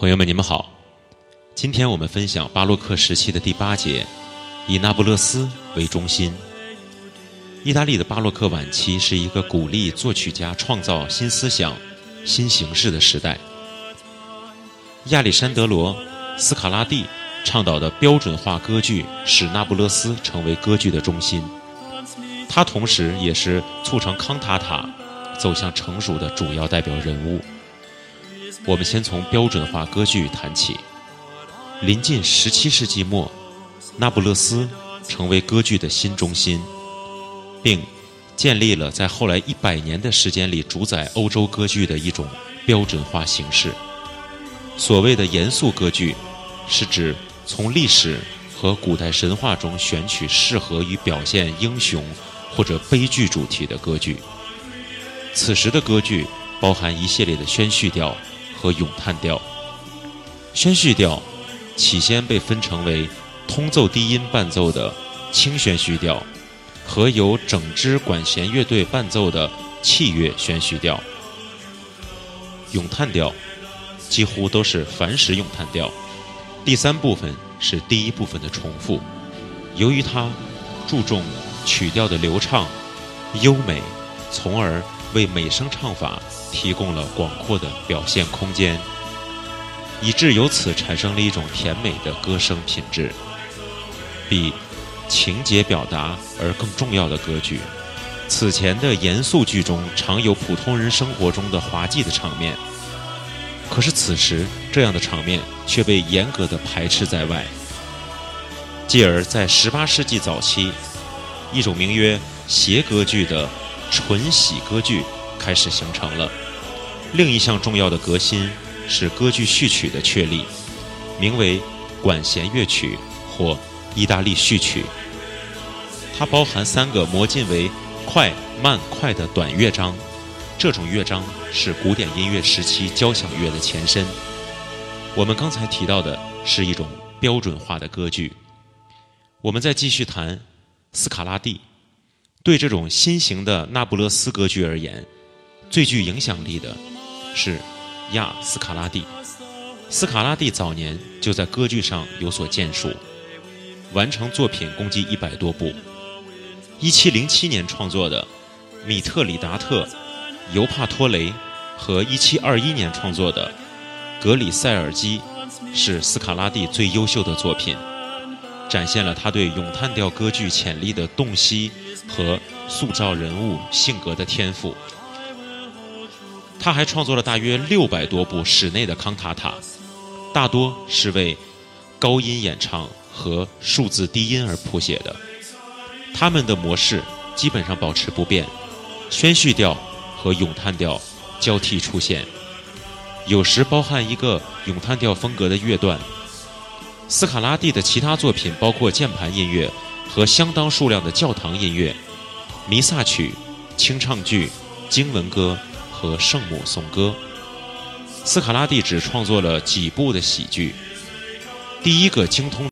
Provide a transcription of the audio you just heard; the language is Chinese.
朋友们，你们好。今天我们分享巴洛克时期的第8节，以那不勒斯为中心。意大利的巴洛克晚期是一个鼓励作曲家创造新思想、新形式的时代。亚历山德罗·斯卡拉蒂倡导的标准化歌剧使那不勒斯成为歌剧的中心，他同时也是促成康塔塔走向成熟的主要代表人物。我们先从标准化歌剧谈起。临近17世纪末，那不勒斯成为歌剧的新中心，并建立了在后来100年的时间里主宰欧洲歌剧的一种标准化形式。所谓的严肃歌剧，是指从历史和古代神话中选取适合于表现英雄或者悲剧主题的歌剧。此时的歌剧包含一系列的宣叙调和咏叹调。宣叙调起先被分成为通奏低音伴奏的轻宣叙调和由整支管弦乐队伴奏的器乐宣叙调。咏叹调几乎都是繁时咏叹调，第3部分是第1部分的重复。由于它注重曲调的流畅、优美，从而为美声唱法提供了广阔的表现空间，以致由此产生了一种甜美的歌声品质。比情节表达而更重要的歌剧，此前的严肃剧中常有普通人生活中的滑稽的场面，可是此时这样的场面却被严格地排斥在外，继而在18世纪早期，一种名曰谐歌剧的纯喜歌剧开始形成了。另一项重要的革新是歌剧序曲的确立，名为管弦乐曲或意大利序曲。它包含3个模进为快慢快的短乐章，这种乐章是古典音乐时期交响乐的前身。我们刚才提到的是一种标准化的歌剧。我们再继续谈斯卡拉蒂。对这种新型的那不勒斯歌剧而言，最具影响力的是亚斯卡拉蒂。斯卡拉蒂早年就在歌剧上有所建树，完成作品共计100多部。1707年创作的米特里达特、尤帕托雷和1721年创作的格里塞尔基是斯卡拉蒂最优秀的作品，展现了他对咏叹调歌剧潜力的洞悉和塑造人物性格的天赋。他还创作了大约600多部室内的康塔塔，大多是为高音演唱和数字低音而谱写的。他们的模式基本上保持不变，宣叙调和咏叹调交替出现，有时包含一个咏叹调风格的乐段。斯卡拉蒂的其他作品包括键盘音乐和相当数量的教堂音乐、弥撒曲、清唱剧、经文歌和圣母颂歌。斯卡拉蒂只创作了几部的喜剧。第一个精通